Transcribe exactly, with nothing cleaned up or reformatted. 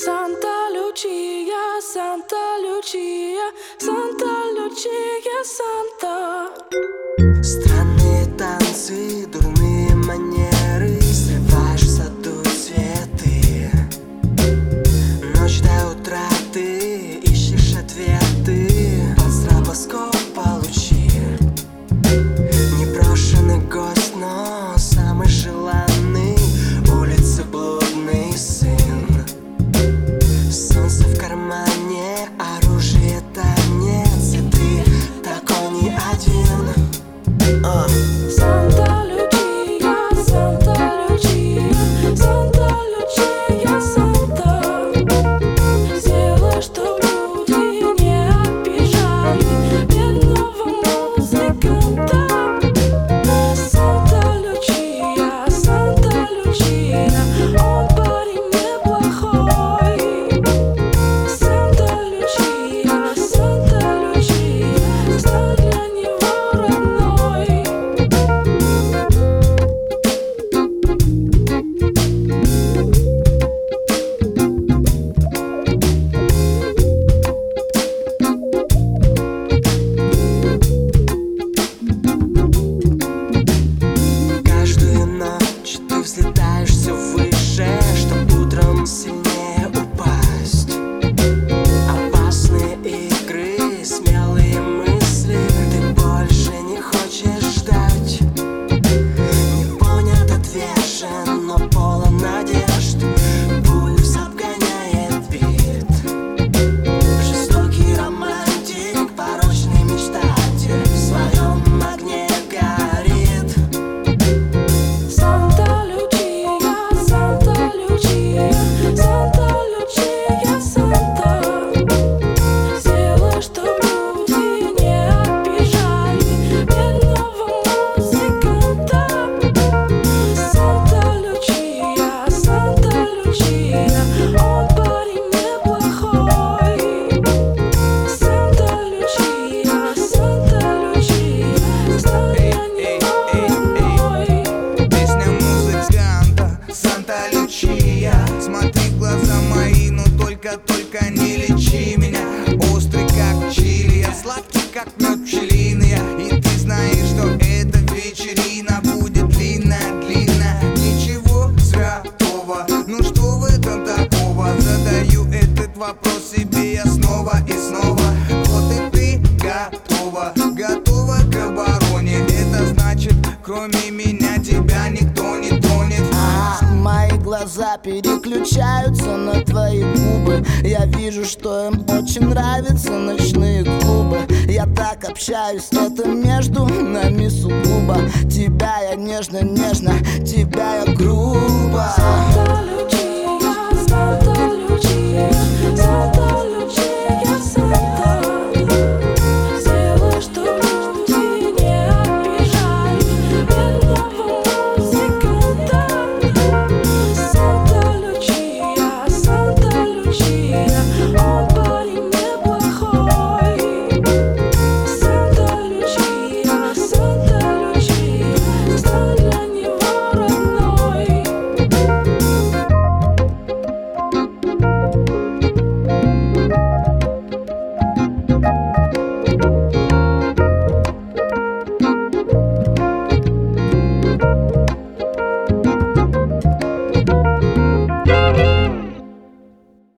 Santa Lucia, Santa Lucia, Santa Lucia, Santa. Странные танцы, дурные манеры, срываешь в саду цветы. Ночь до утра ты ищешь ответы, под стробоскоп получи. Непрошенный гость, но самый желанный, улицы блудный сын. Солнце в кармане, оружие танец, и ты такой не один. uh. Santa Lucia, Santa Lucia, Santa Lucia, Santa. Сделай, чтоб люди не обижали бедного музыканта. Santa Lucia, Santa Lucia, он парень неплохой. Santa Lucia, Santa Lucia, стань для него родной. Каждую ночь ты взлетаешь все выше, чтоб утром сильнее упасть. Опасные игры, смелые мысли, ты больше не хочешь ждать. Не понят, отвержен, но полон надежд, пульс обгоняет бит. Жестокий романтик, порочный мечтатель, в своем огне горит. Santa Lucia, Santa Lucia, Santa Lucia, Santa. Сделай, чтоб люди не обижали бедного музыканта. Santa Lucia, Santa Lucia, он парень неплохой. Santa Lucia, Santa Lucia, стань для него родной. Песня музыканта Санта Лючия. Смотри в глаза мои, но только-только не лечи меня. Острый как чили, я сладкий как мед пчелиный. И ты знаешь, что эта вечерина будет длинная-длинная. Ничего святого, ну что в этом такого? Задаю этот вопрос себе я снова и снова. Вот и ты готова, готова к обороне. Это значит, кроме меня тебя никто не тронет. А, мои глаза переключаются на твои губы. Я вижу, что им очень нравятся ночные клубы. Я так общаюсь, это между нами сугубо. Тебя я нежно-нежно, тебя я грубо. Santa Lucia.